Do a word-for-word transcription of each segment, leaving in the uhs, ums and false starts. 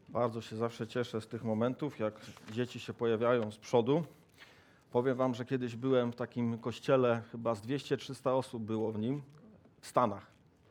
Bardzo się zawsze cieszę z tych momentów, jak dzieci się pojawiają z przodu. Powiem wam, że kiedyś byłem w takim kościele, chyba z dwieście trzysta osób było w nim, w Stanach.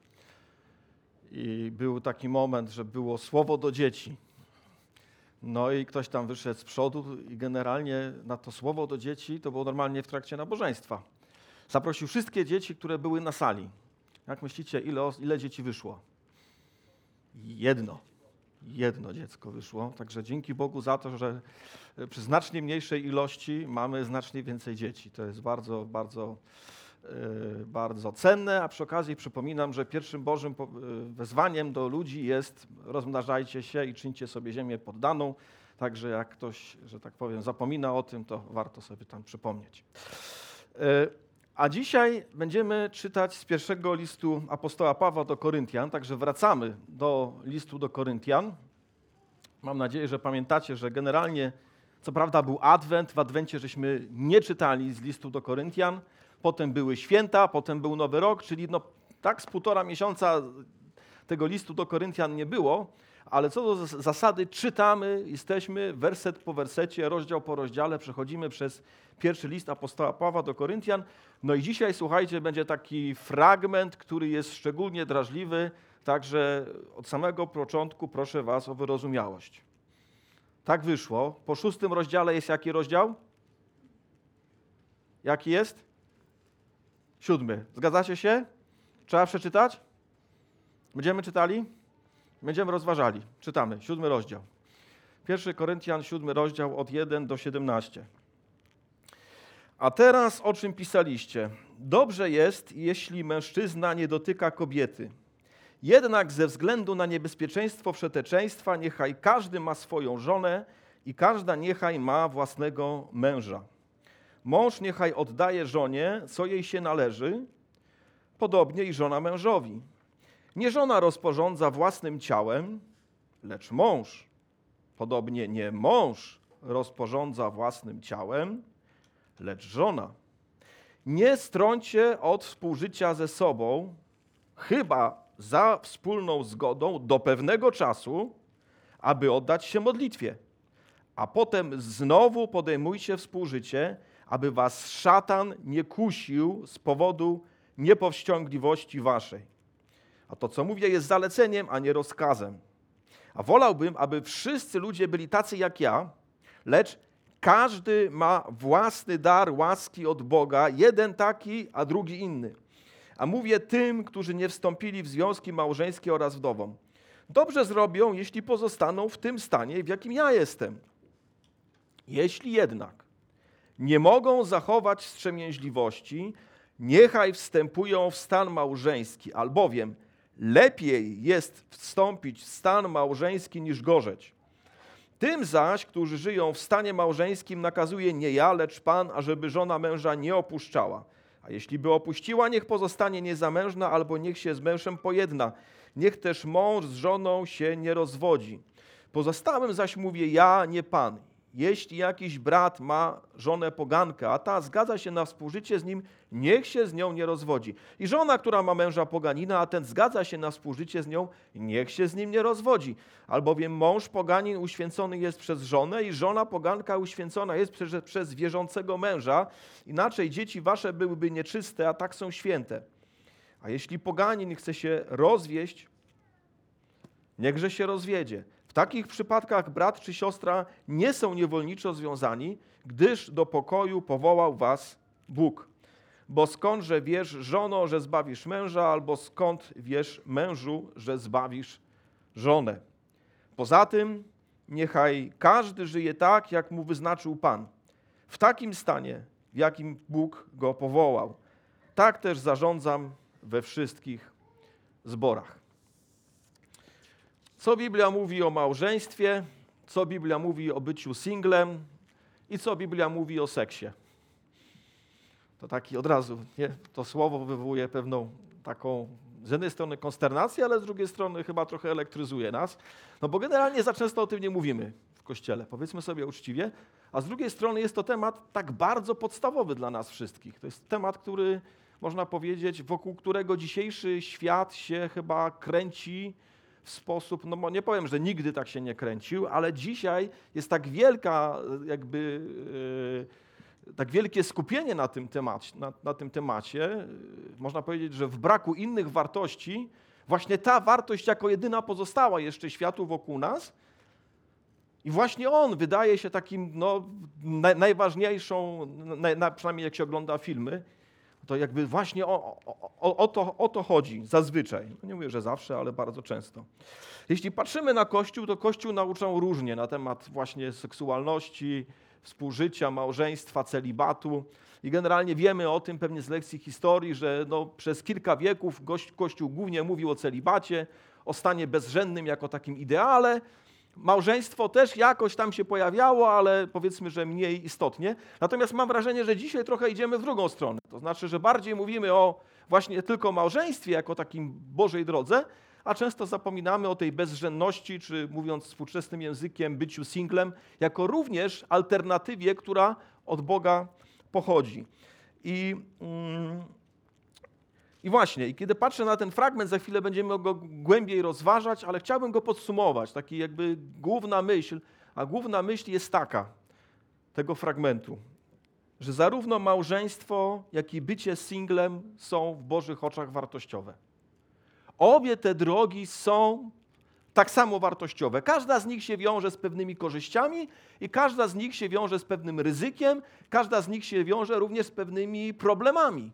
I był taki moment, że było słowo do dzieci. No i ktoś tam wyszedł z przodu i generalnie na to słowo do dzieci to było normalnie w trakcie nabożeństwa. Zaprosił wszystkie dzieci, które były na sali. Jak myślicie, ile, os- ile dzieci wyszło? Jedno. Jedno dziecko wyszło, także dzięki Bogu za to, że przy znacznie mniejszej ilości mamy znacznie więcej dzieci. To jest bardzo, bardzo, yy, bardzo cenne, a przy okazji przypominam, że pierwszym Bożym wezwaniem do ludzi jest rozmnażajcie się i czyńcie sobie ziemię poddaną, także jak ktoś, że tak powiem, zapomina o tym, to warto sobie tam przypomnieć. Yy, A dzisiaj będziemy czytać z pierwszego listu apostoła Pawła do Koryntian, także wracamy do listu do Koryntian. Mam nadzieję, że pamiętacie, że generalnie, co prawda był Adwent, w Adwencie żeśmy nie czytali z listu do Koryntian, potem były święta, potem był Nowy Rok, czyli no, tak z półtora miesiąca tego listu do Koryntian nie było, ale co do zasady czytamy, jesteśmy werset po wersecie, rozdział po rozdziale, przechodzimy przez pierwszy list apostoła Pawła do Koryntian. No i dzisiaj, słuchajcie, będzie taki fragment, który jest szczególnie drażliwy, także od samego początku proszę was o wyrozumiałość. Tak wyszło. Po szóstym rozdziale jest jaki rozdział? Jaki jest? Siódmy. Zgadzacie się? Trzeba przeczytać? Będziemy czytali? Będziemy rozważali. Czytamy. Siódmy rozdział. Pierwszy Koryntian, siódmy rozdział od pierwszego do siedemnastego. A teraz o czym pisaliście? Dobrze jest, jeśli mężczyzna nie dotyka kobiety. Jednak ze względu na niebezpieczeństwo wszeteczeństwa niechaj każdy ma swoją żonę i każda niechaj ma własnego męża. Mąż niechaj oddaje żonie, co jej się należy, podobnie i żona mężowi. Nie żona rozporządza własnym ciałem, lecz mąż. Podobnie nie mąż rozporządza własnym ciałem, lecz żona. Nie strącie od współżycia ze sobą, chyba za wspólną zgodą do pewnego czasu, aby oddać się modlitwie. A potem znowu podejmujcie współżycie, aby was szatan nie kusił z powodu niepowściągliwości waszej. A to, co mówię, jest zaleceniem, a nie rozkazem. A wolałbym, aby wszyscy ludzie byli tacy jak ja, lecz każdy ma własny dar łaski od Boga, jeden taki, a drugi inny. A mówię tym, którzy nie wstąpili w związki małżeńskie oraz wdowom. Dobrze zrobią, jeśli pozostaną w tym stanie, w jakim ja jestem. Jeśli jednak nie mogą zachować wstrzemięźliwości, niechaj wstępują w stan małżeński, albowiem lepiej jest wstąpić w stan małżeński niż gorzeć. Tym zaś, którzy żyją w stanie małżeńskim, nakazuje nie ja, lecz Pan, ażeby żona męża nie opuszczała. A jeśli by opuściła, niech pozostanie niezamężna, albo niech się z mężem pojedna. Niech też mąż z żoną się nie rozwodzi. Pozostałym zaś mówię ja, nie Pan. Jeśli jakiś brat ma żonę pogankę, a ta zgadza się na współżycie z nim, niech się z nią nie rozwodzi. I żona, która ma męża poganina, a ten zgadza się na współżycie z nią, niech się z nim nie rozwodzi. Albowiem mąż poganin uświęcony jest przez żonę i żona poganka uświęcona jest przez, przez wierzącego męża. Inaczej dzieci wasze byłyby nieczyste, a tak są święte. A jeśli poganin chce się rozwieść, niechże się rozwiedzie. W takich przypadkach brat czy siostra nie są niewolniczo związani, gdyż do pokoju powołał was Bóg. Bo skądże wiesz, żono, że zbawisz męża, albo skąd wiesz, mężu, że zbawisz żonę. Poza tym niechaj każdy żyje tak, jak mu wyznaczył Pan. W takim stanie, w jakim Bóg go powołał. Tak też zarządzam we wszystkich zborach. Co Biblia mówi o małżeństwie, co Biblia mówi o byciu singlem i co Biblia mówi o seksie. To taki od razu, nie? To słowo wywołuje pewną taką z jednej strony konsternację, ale z drugiej strony chyba trochę elektryzuje nas. No bo generalnie za często o tym nie mówimy w Kościele, powiedzmy sobie uczciwie, a z drugiej strony jest to temat tak bardzo podstawowy dla nas wszystkich. To jest temat, który można powiedzieć, wokół którego dzisiejszy świat się chyba kręci w sposób, no nie powiem, że nigdy tak się nie kręcił, ale dzisiaj jest tak wielka jakby, yy, tak wielkie skupienie na tym temacie, na, na tym temacie, można powiedzieć, że w braku innych wartości właśnie ta wartość jako jedyna pozostała jeszcze światu wokół nas i właśnie on wydaje się takim no, naj, najważniejszą, naj, na, przynajmniej jak się ogląda filmy, to jakby właśnie o, o, o, to, o to chodzi zazwyczaj. Nie mówię, że zawsze, ale bardzo często. Jeśli patrzymy na Kościół, to Kościół nauczał różnie na temat właśnie seksualności, współżycia, małżeństwa, celibatu. I generalnie wiemy o tym pewnie z lekcji historii, że no, przez kilka wieków Kościół głównie mówił o celibacie, o stanie bezrzędnym jako takim ideale. Małżeństwo też jakoś tam się pojawiało, ale powiedzmy, że mniej istotnie. Natomiast mam wrażenie, że dzisiaj trochę idziemy w drugą stronę. To znaczy, że bardziej mówimy o właśnie tylko małżeństwie jako takim Bożej drodze, a często zapominamy o tej bezrzędności, czy mówiąc współczesnym językiem, byciu singlem, jako również alternatywie, która od Boga pochodzi. I, mm, i właśnie, i kiedy patrzę na ten fragment, za chwilę będziemy go głębiej rozważać, ale chciałbym go podsumować, taki jakby główna myśl, a główna myśl jest taka, tego fragmentu, że zarówno małżeństwo, jak i bycie singlem są w Bożych oczach wartościowe. Obie te drogi są tak samo wartościowe. Każda z nich się wiąże z pewnymi korzyściami i każda z nich się wiąże z pewnym ryzykiem, każda z nich się wiąże również z pewnymi problemami.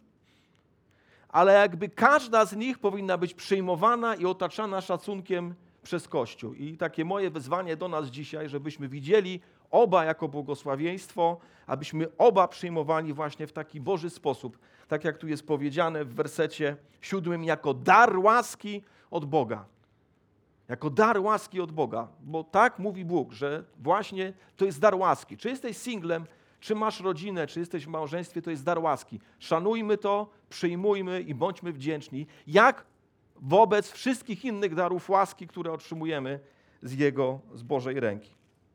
Ale jakby każda z nich powinna być przyjmowana i otaczana szacunkiem przez Kościół. I takie moje wezwanie do nas dzisiaj, żebyśmy widzieli oba jako błogosławieństwo, abyśmy oba przyjmowali właśnie w taki Boży sposób, tak jak tu jest powiedziane w wersecie siódmym, jako dar łaski od Boga. Jako dar łaski od Boga, bo tak mówi Bóg, że właśnie to jest dar łaski. Czy jesteś singlem, czy masz rodzinę, czy jesteś w małżeństwie, to jest dar łaski. Szanujmy to, przyjmujmy i bądźmy wdzięczni, jak wobec wszystkich innych darów łaski, które otrzymujemy z Jego, z Bożej ręki.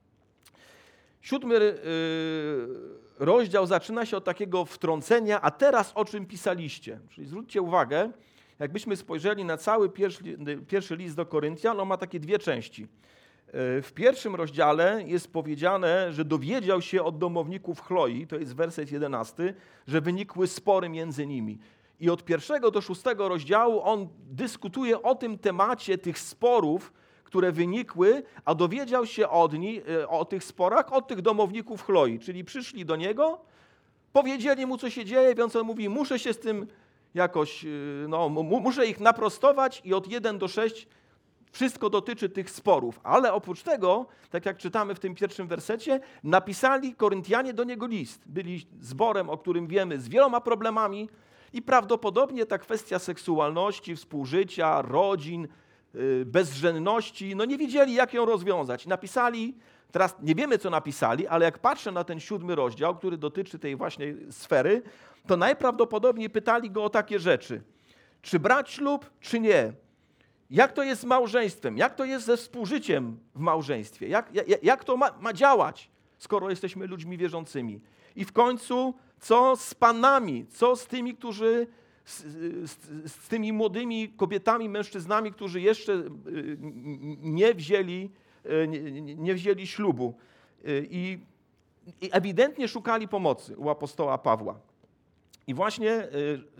Siódmy yy, rozdział zaczyna się od takiego wtrącenia, a teraz o czym pisaliście? Czyli zwróćcie uwagę, jakbyśmy spojrzeli na cały pierwszy, pierwszy list do Koryntian, on ma takie dwie części. W pierwszym rozdziale jest powiedziane, że dowiedział się od domowników Chloi, to jest werset jedenasty, że wynikły spory między nimi. I od pierwszego do szóstego rozdziału on dyskutuje o tym temacie tych sporów, które wynikły, a dowiedział się od nich, o tych sporach od tych domowników Chloi. Czyli przyszli do niego, powiedzieli mu, co się dzieje, więc on mówi, muszę się z tym jakoś, no, muszę ich naprostować i od jeden do sześciu wszystko dotyczy tych sporów. Ale oprócz tego, tak jak czytamy w tym pierwszym wersecie, napisali Koryntianie do niego list. Byli zborem, o którym wiemy, z wieloma problemami i prawdopodobnie ta kwestia seksualności, współżycia, rodzin, bezrzędności, no nie wiedzieli, jak ją rozwiązać. Napisali, teraz nie wiemy, co napisali, ale jak patrzę na ten siódmy rozdział, który dotyczy tej właśnie sfery, to najprawdopodobniej pytali go o takie rzeczy. Czy brać ślub, czy nie? Jak to jest z małżeństwem? Jak to jest ze współżyciem w małżeństwie? Jak, jak, jak to ma, ma działać, skoro jesteśmy ludźmi wierzącymi? I w końcu, co z panami? Co z tymi, którzy, z, z, z tymi młodymi kobietami, mężczyznami, którzy jeszcze nie wzięli, nie, nie wzięli ślubu? I, I ewidentnie szukali pomocy u apostoła Pawła. I właśnie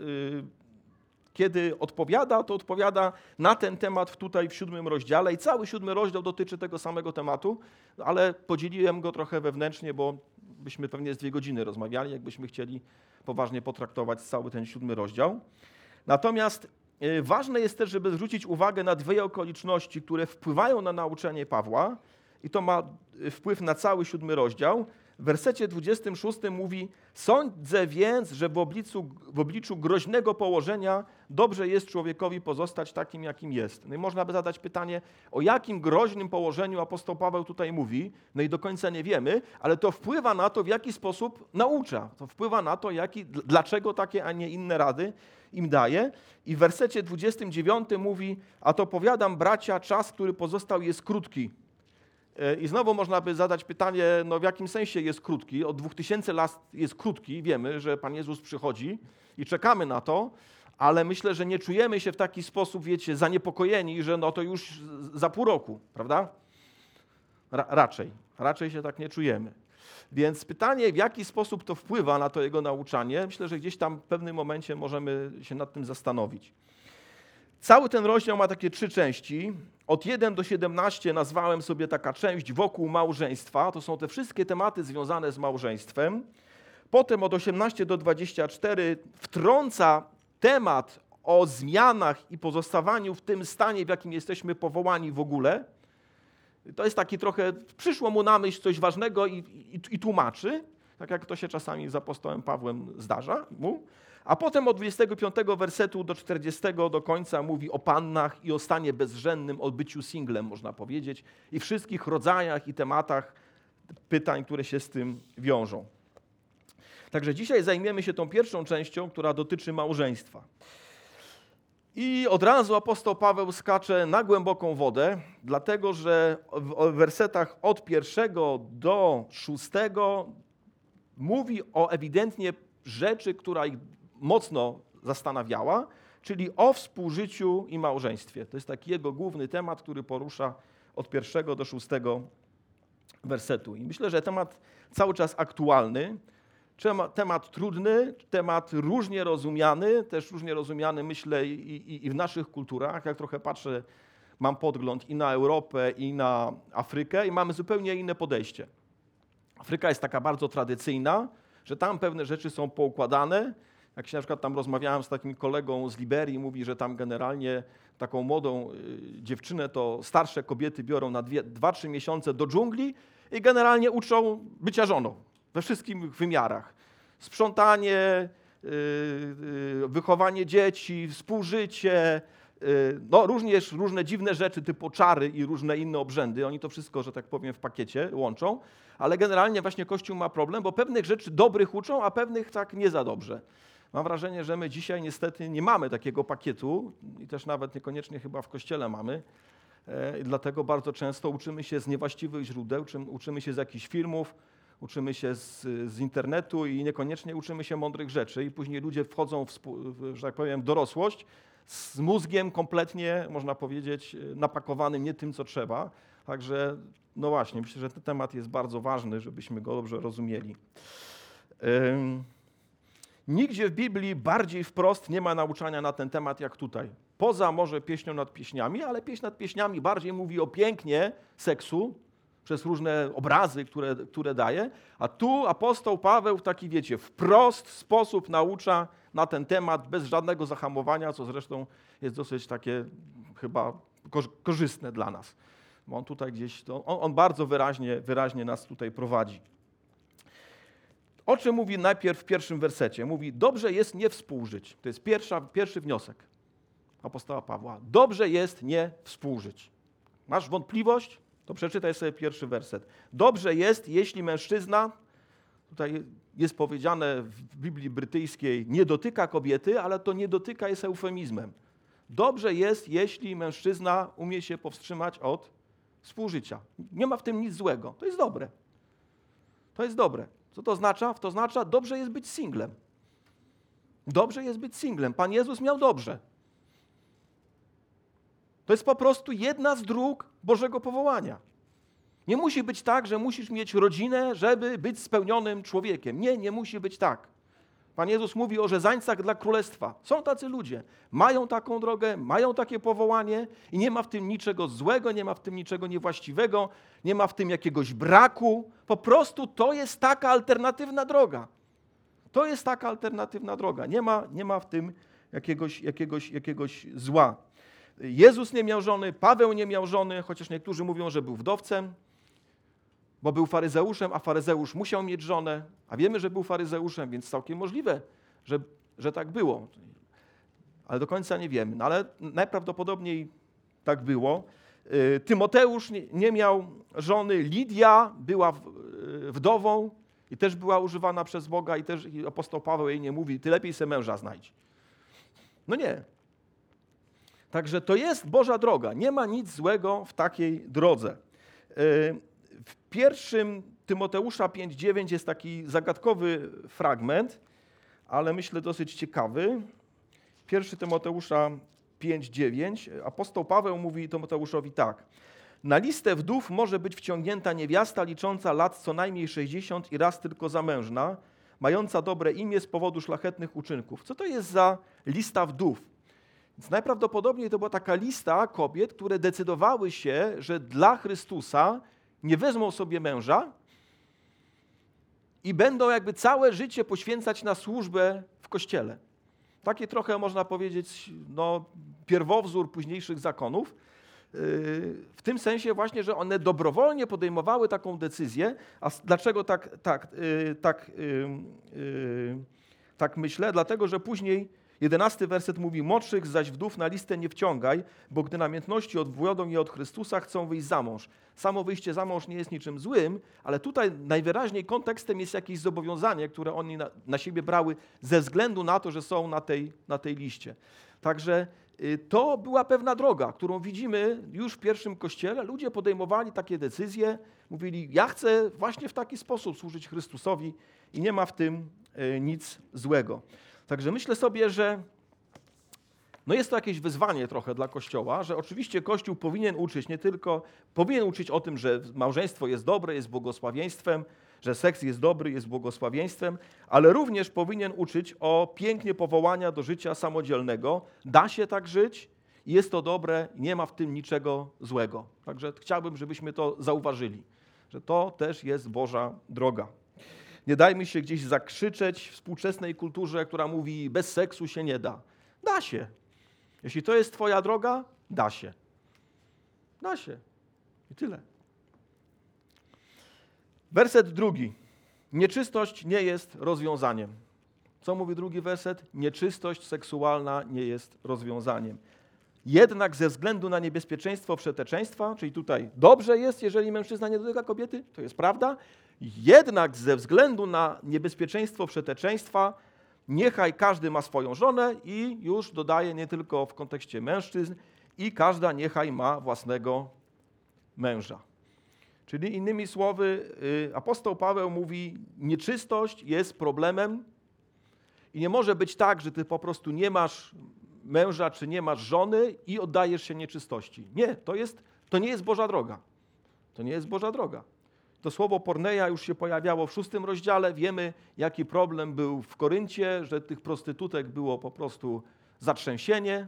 kiedy odpowiada, to odpowiada na ten temat tutaj w siódmym rozdziale i cały siódmy rozdział dotyczy tego samego tematu, ale podzieliłem go trochę wewnętrznie, bo byśmy pewnie z dwie godziny rozmawiali, jakbyśmy chcieli poważnie potraktować cały ten siódmy rozdział. Natomiast ważne jest też, żeby zwrócić uwagę na dwie okoliczności, które wpływają na nauczanie Pawła i to ma wpływ na cały siódmy rozdział. W wersecie dwudziestym szóstym mówi: sądzę więc, że w obliczu, w obliczu groźnego położenia dobrze jest człowiekowi pozostać takim, jakim jest. No i można by zadać pytanie, o jakim groźnym położeniu apostoł Paweł tutaj mówi, no i do końca nie wiemy, ale to wpływa na to, w jaki sposób naucza. To wpływa na to, jaki, dlaczego takie, a nie inne rady im daje. I w wersecie dwudziestym dziewiątym mówi: a to powiadam, bracia, czas, który pozostał, jest krótki. I znowu można by zadać pytanie, no w jakim sensie jest krótki? Od dwóch tysięcy lat jest krótki, wiemy, że Pan Jezus przychodzi i czekamy na to, ale myślę, że nie czujemy się w taki sposób, wiecie, zaniepokojeni, że no to już za pół roku, prawda? Ra- raczej, raczej się tak nie czujemy. Więc pytanie, w jaki sposób to wpływa na to jego nauczanie, myślę, że gdzieś tam w pewnym momencie możemy się nad tym zastanowić. Cały ten rozdział ma takie trzy części. Od jeden do siedemnastu nazwałem sobie taka część wokół małżeństwa. To są te wszystkie tematy związane z małżeństwem. Potem od osiemnastego do dwudziestego czwartego wtrąca temat o zmianach i pozostawaniu w tym stanie, w jakim jesteśmy powołani w ogóle. To jest taki trochę, przyszło mu na myśl coś ważnego i, i, i tłumaczy, tak jak to się czasami z apostołem Pawłem zdarza mu. A potem od dwudziestego piątego wersetu do czterdziestego do końca mówi o pannach i o stanie bezżennym, o byciu singlem, można powiedzieć, i wszystkich rodzajach i tematach pytań, które się z tym wiążą. Także dzisiaj zajmiemy się tą pierwszą częścią, która dotyczy małżeństwa. I od razu apostoł Paweł skacze na głęboką wodę, dlatego że w wersetach od pierwszego do szóstego mówi o ewidentnie rzeczy, która ich mocno zastanawiała, czyli o współżyciu i małżeństwie. To jest taki jego główny temat, który porusza od pierwszego do szóstego wersetu. I myślę, że temat cały czas aktualny, temat trudny, temat różnie rozumiany, też różnie rozumiany, myślę, i, i, i w naszych kulturach. Jak trochę patrzę, mam podgląd i na Europę, i na Afrykę i mamy zupełnie inne podejście. Afryka jest taka bardzo tradycyjna, że tam pewne rzeczy są poukładane. Jak się na przykład tam rozmawiałem z takim kolegą z Liberii, mówi, że tam generalnie taką młodą y, dziewczynę to starsze kobiety biorą na dwa trzy miesiące do dżungli i generalnie uczą bycia żoną we wszystkich wymiarach. Sprzątanie, y, y, wychowanie dzieci, współżycie, y, no również różne dziwne rzeczy typu czary i różne inne obrzędy. Oni to wszystko, że tak powiem, w pakiecie łączą, ale generalnie właśnie Kościół ma problem, bo pewnych rzeczy dobrych uczą, a pewnych tak nie za dobrze. Mam wrażenie, że my dzisiaj niestety nie mamy takiego pakietu i też nawet niekoniecznie chyba w Kościele mamy. I dlatego bardzo często uczymy się z niewłaściwych źródeł, uczymy się z jakichś filmów, uczymy się z, z internetu i niekoniecznie uczymy się mądrych rzeczy. I później ludzie wchodzą w, że tak powiem, w dorosłość z mózgiem kompletnie, można powiedzieć, napakowanym nie tym, co trzeba. Także no właśnie, myślę, że ten temat jest bardzo ważny, żebyśmy go dobrze rozumieli. Ym... Nigdzie w Biblii bardziej wprost nie ma nauczania na ten temat jak tutaj. Poza może pieśnią nad pieśniami, ale pieśń nad pieśniami bardziej mówi o pięknie seksu przez różne obrazy, które, które daje, a tu apostoł Paweł w taki, wiecie, wprost sposób naucza na ten temat bez żadnego zahamowania, co zresztą jest dosyć takie chyba korzystne dla nas. Bo on tutaj gdzieś, to, on, on bardzo wyraźnie, wyraźnie nas tutaj prowadzi. O czym mówi najpierw w pierwszym wersecie? Mówi, dobrze jest nie współżyć. To jest pierwsza, pierwszy wniosek apostoła Pawła. Dobrze jest nie współżyć. Masz wątpliwość? To przeczytaj sobie pierwszy werset. Dobrze jest, jeśli mężczyzna, tutaj jest powiedziane w Biblii brytyjskiej, nie dotyka kobiety, ale to nie dotyka jest eufemizmem. Dobrze jest, jeśli mężczyzna umie się powstrzymać od współżycia. Nie ma w tym nic złego. To jest dobre. To jest dobre. Co to oznacza? To oznacza, dobrze jest być singlem. Dobrze jest być singlem. Pan Jezus miał dobrze. To jest po prostu jedna z dróg Bożego powołania. Nie musi być tak, że musisz mieć rodzinę, żeby być spełnionym człowiekiem. Nie, nie musi być tak. Pan Jezus mówi o rzezańcach dla królestwa. Są tacy ludzie. Mają taką drogę, mają takie powołanie i nie ma w tym niczego złego, nie ma w tym niczego niewłaściwego, nie ma w tym jakiegoś braku. Po prostu to jest taka alternatywna droga. To jest taka alternatywna droga. Nie ma, nie ma w tym jakiegoś, jakiegoś, jakiegoś zła. Jezus nie miał żony, Paweł nie miał żony, chociaż niektórzy mówią, że był wdowcem, bo był faryzeuszem, a faryzeusz musiał mieć żonę, a wiemy, że był faryzeuszem, więc całkiem możliwe, że, że tak było. Ale do końca nie wiemy. No, ale najprawdopodobniej tak było. Tymoteusz nie, nie miał żony, Lidia była wdową i też była używana przez Boga i też i apostoł Paweł jej nie mówi, ty lepiej se męża znajdź. No nie. Także to jest Boża droga. Nie ma nic złego w takiej drodze. W pierwszym Tymoteusza pięć dziewięć jest taki zagadkowy fragment, ale myślę dosyć ciekawy. pierwszy Tymoteusza pięć dziewięć, apostoł Paweł mówi Tymoteuszowi tak. Na listę wdów może być wciągnięta niewiasta licząca lat co najmniej sześćdziesiąt i raz tylko zamężna, mająca dobre imię z powodu szlachetnych uczynków. Co to jest za lista wdów? Więc najprawdopodobniej to była taka lista kobiet, które decydowały się, że dla Chrystusa nie wezmą sobie męża i będą jakby całe życie poświęcać na służbę w Kościele. Takie trochę, można powiedzieć, no, pierwowzór późniejszych zakonów. W tym sensie właśnie, że one dobrowolnie podejmowały taką decyzję. A dlaczego tak, tak, tak, tak myślę? Dlatego, że później jedenasty werset mówi, młodszych zaś wdów na listę nie wciągaj, bo gdy namiętności odwoją je od Chrystusa, chcą wyjść za mąż. Samo wyjście za mąż nie jest niczym złym, ale tutaj najwyraźniej kontekstem jest jakieś zobowiązanie, które oni na, na siebie brały ze względu na to, że są na tej, na tej liście. Także y, to była pewna droga, którą widzimy już w pierwszym Kościele. Ludzie podejmowali takie decyzje, mówili, ja chcę właśnie w taki sposób służyć Chrystusowi i nie ma w tym y, nic złego. Także myślę sobie, że no jest to jakieś wyzwanie trochę dla Kościoła, że oczywiście Kościół powinien uczyć nie tylko, powinien uczyć o tym, że małżeństwo jest dobre, jest błogosławieństwem, że seks jest dobry, jest błogosławieństwem, ale również powinien uczyć o pięknie powołania do życia samodzielnego. Da się tak żyć, jest to dobre, nie ma w tym niczego złego. Także chciałbym, żebyśmy to zauważyli, że to też jest Boża droga. Nie dajmy się gdzieś zakrzyczeć w współczesnej kulturze, która mówi, bez seksu się nie da. Da się. Jeśli to jest twoja droga, da się. Da się. I tyle. Werset drugi. Nieczystość nie jest rozwiązaniem. Co mówi drugi werset? Nieczystość seksualna nie jest rozwiązaniem. Jednak ze względu na niebezpieczeństwo przeteczeństwa, czyli tutaj dobrze jest, jeżeli mężczyzna nie dotyka kobiety, to jest prawda, jednak ze względu na niebezpieczeństwo przeteczeństwa niechaj każdy ma swoją żonę i już dodaje nie tylko w kontekście mężczyzn i każda niechaj ma własnego męża. Czyli innymi słowy apostoł Paweł mówi, nieczystość jest problemem i nie może być tak, że ty po prostu nie masz męża czy nie masz żony i oddajesz się nieczystości. Nie, to, jest, to nie jest Boża droga. To nie jest Boża droga. To słowo porneia już się pojawiało w szóstym rozdziale. Wiemy, jaki problem był w Koryncie, że tych prostytutek było po prostu zatrzęsienie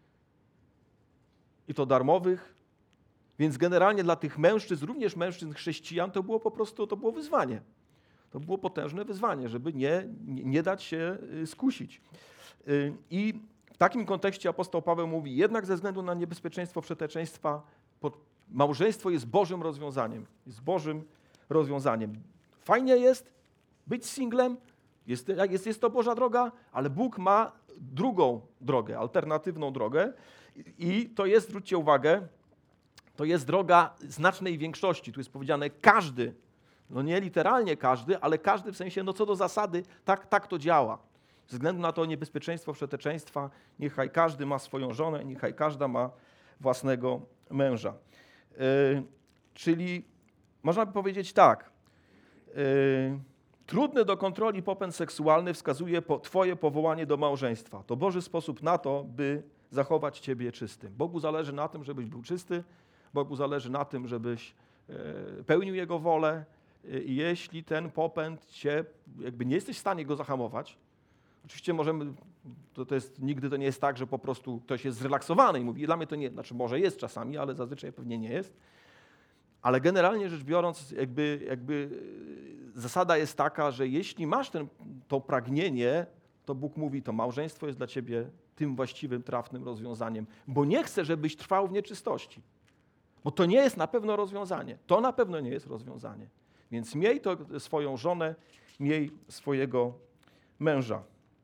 i to darmowych. Więc generalnie dla tych mężczyzn, również mężczyzn chrześcijan, to było po prostu to było wyzwanie. To było potężne wyzwanie, żeby nie, nie dać się skusić. I w takim kontekście apostoł Paweł mówi, jednak ze względu na niebezpieczeństwo przeteczeństwa małżeństwo jest Bożym rozwiązaniem. Jest Bożym rozwiązaniem. Fajnie jest być singlem, jest, jest, jest to Boża droga, ale Bóg ma drugą drogę, alternatywną drogę i to jest, zwróćcie uwagę, to jest droga znacznej większości. Tu jest powiedziane każdy, no nie literalnie każdy, ale każdy w sensie, no co do zasady, tak, tak to działa. Ze względu na to niebezpieczeństwo przeteczeństwa, niechaj każdy ma swoją żonę, niechaj każda ma własnego męża. Yy, czyli można by powiedzieć tak, yy, trudny do kontroli popęd seksualny wskazuje po twoje powołanie do małżeństwa. To Boży sposób na to, by zachować ciebie czystym. Bogu zależy na tym, żebyś był czysty, Bogu zależy na tym, żebyś yy, pełnił Jego wolę i yy, jeśli ten popęd cię, jakby nie jesteś w stanie go zahamować, oczywiście możemy, to, to jest, nigdy to nie jest tak, że po prostu ktoś jest zrelaksowany i mówi, dla mnie to nie, znaczy może jest czasami, ale zazwyczaj pewnie nie jest. Ale generalnie rzecz biorąc, jakby, jakby zasada jest taka, że jeśli masz ten, to pragnienie, to Bóg mówi, to małżeństwo jest dla ciebie tym właściwym, trafnym rozwiązaniem, bo nie chce, żebyś trwał w nieczystości. Bo to nie jest na pewno rozwiązanie. To na pewno nie jest rozwiązanie. Więc miej to swoją żonę, miej swojego męża.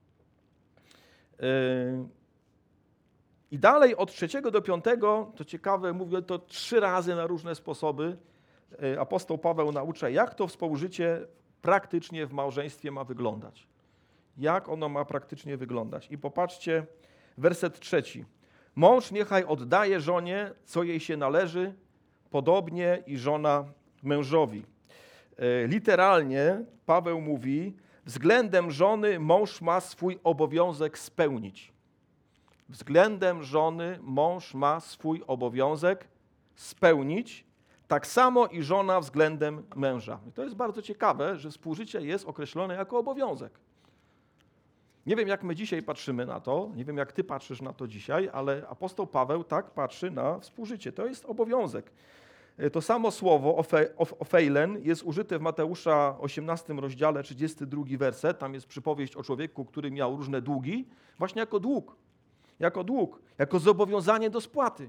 I dalej od trzeciego do piątego, to ciekawe, mówię to trzy razy na różne sposoby, apostoł Paweł naucza, jak to współżycie praktycznie w małżeństwie ma wyglądać. Jak ono ma praktycznie wyglądać. I popatrzcie, werset trzeci. Mąż niechaj oddaje żonie, co jej się należy, podobnie i żona mężowi. Literalnie Paweł mówi, względem żony mąż ma swój obowiązek spełnić. względem żony mąż ma swój obowiązek spełnić, tak samo i żona względem męża. I to jest bardzo ciekawe, że współżycie jest określone jako obowiązek. Nie wiem, jak my dzisiaj patrzymy na to, nie wiem, jak ty patrzysz na to dzisiaj, ale apostoł Paweł tak patrzy na współżycie. To jest obowiązek. To samo słowo ofeilen jest użyte w Mateusza osiemnastym rozdziale, trzydziesty drugi werset. Tam jest przypowieść o człowieku, który miał różne długi, właśnie jako dług. Jako dług, jako zobowiązanie do spłaty.